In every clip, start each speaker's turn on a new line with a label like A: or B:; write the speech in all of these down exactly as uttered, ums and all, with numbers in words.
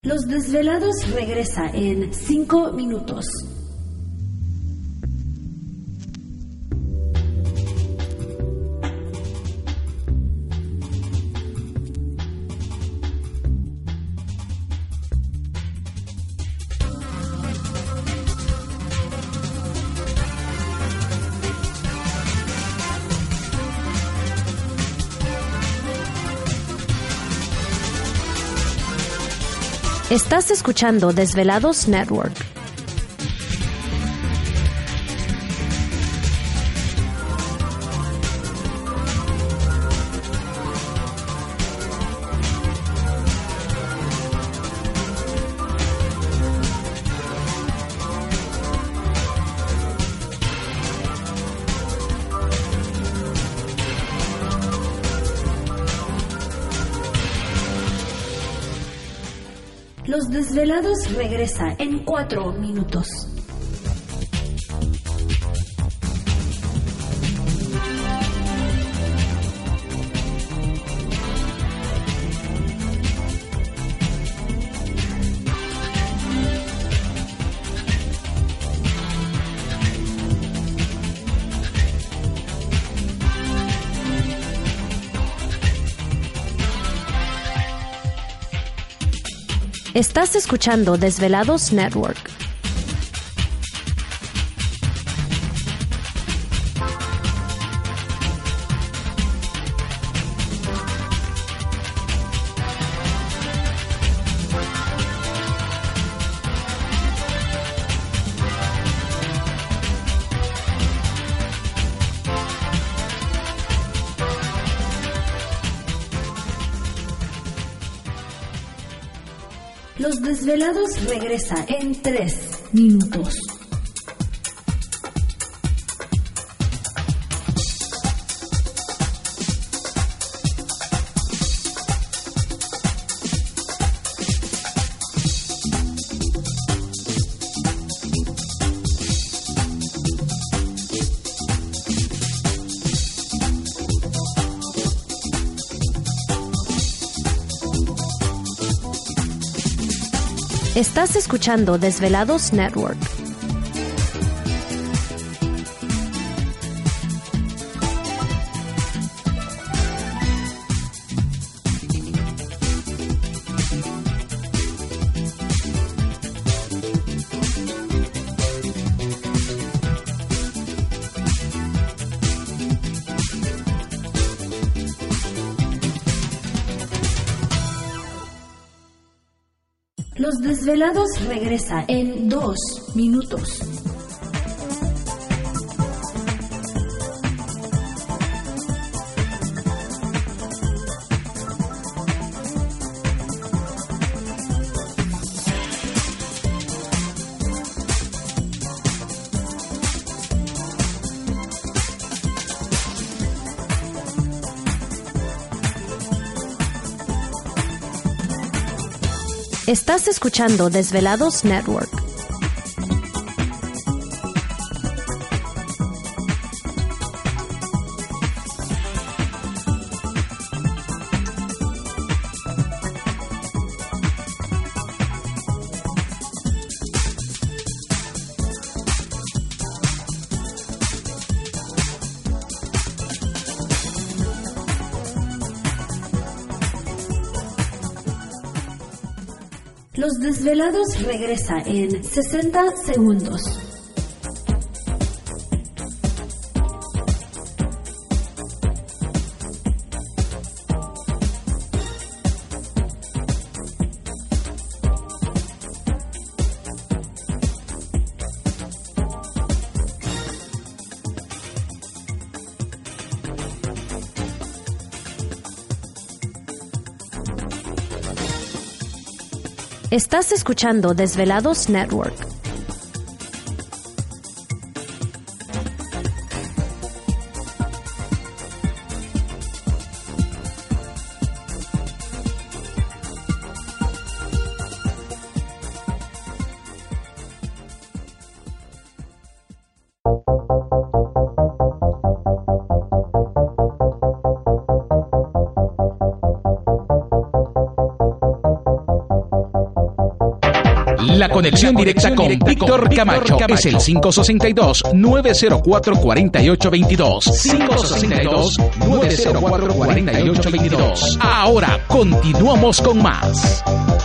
A: Los Desvelados regresa en cinco minutos.
B: Estás escuchando Desvelados Network.
A: Los Desvelados regresa en cuatro minutos.
B: Estás escuchando Desvelados Network.
A: Los Desvelados regresa en tres minutos.
B: Estás escuchando Desvelados Network.
A: Los Desvelados regresa en dos minutos.
B: Estás escuchando Desvelados Network.
A: Los Desvelados regresa en sesenta segundos.
B: Estás escuchando Desvelados Network.
C: La conexión directa con Víctor Camacho es el cinco seis dos, nueve cero cuatro, cuatro ocho dos dos. cinco seis dos, nueve cero cuatro, cuatro ocho dos dos. Ahora continuamos con más.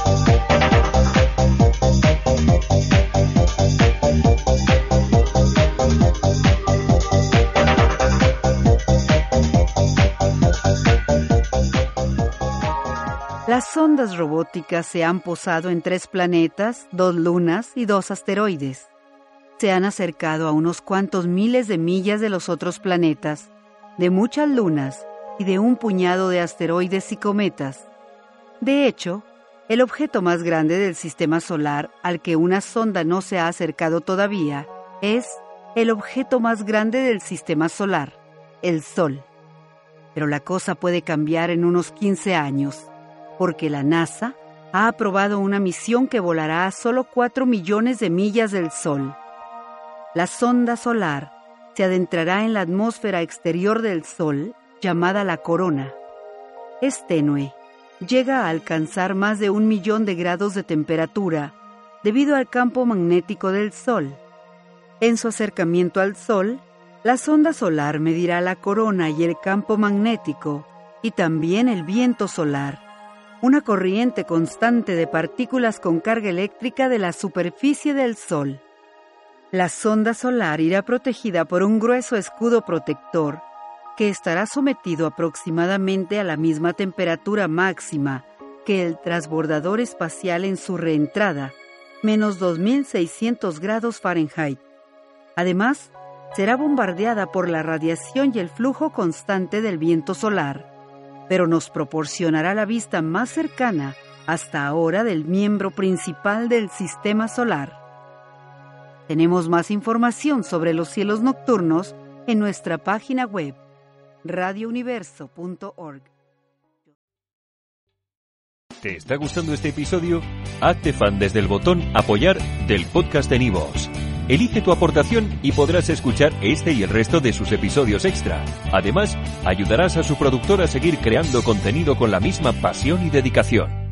D: Las sondas robóticas se han posado en tres planetas, dos lunas y dos asteroides. Se han acercado a unos cuantos miles de millas de los otros planetas, de muchas lunas y de un puñado de asteroides y cometas. De hecho, el objeto más grande del sistema solar al que una sonda no se ha acercado todavía es el objeto más grande del sistema solar, el Sol. Pero la cosa puede cambiar en unos quince años. Porque la NASA ha aprobado una misión que volará a solo cuatro millones de millas del Sol. La sonda solar se adentrará en la atmósfera exterior del Sol, llamada la corona. Es tenue, llega a alcanzar más de un millón de grados de temperatura debido al campo magnético del Sol. En su acercamiento al Sol, la sonda solar medirá la corona y el campo magnético, y también el viento solar, una corriente constante de partículas con carga eléctrica de la superficie del Sol. La sonda solar irá protegida por un grueso escudo protector que estará sometido aproximadamente a la misma temperatura máxima que el transbordador espacial en su reentrada, menos dos mil seiscientos grados Fahrenheit. Además, será bombardeada por la radiación y el flujo constante del viento solar, pero nos proporcionará la vista más cercana hasta ahora del miembro principal del sistema solar. Tenemos más información sobre los cielos nocturnos en nuestra página web, radio universo punto org.
E: ¿Te está gustando este episodio? Hazte fan desde el botón Apoyar del podcast de Nivos. Elige tu aportación y podrás escuchar este y el resto de sus episodios extra. Además, ayudarás a su productor a seguir creando contenido con la misma pasión y dedicación.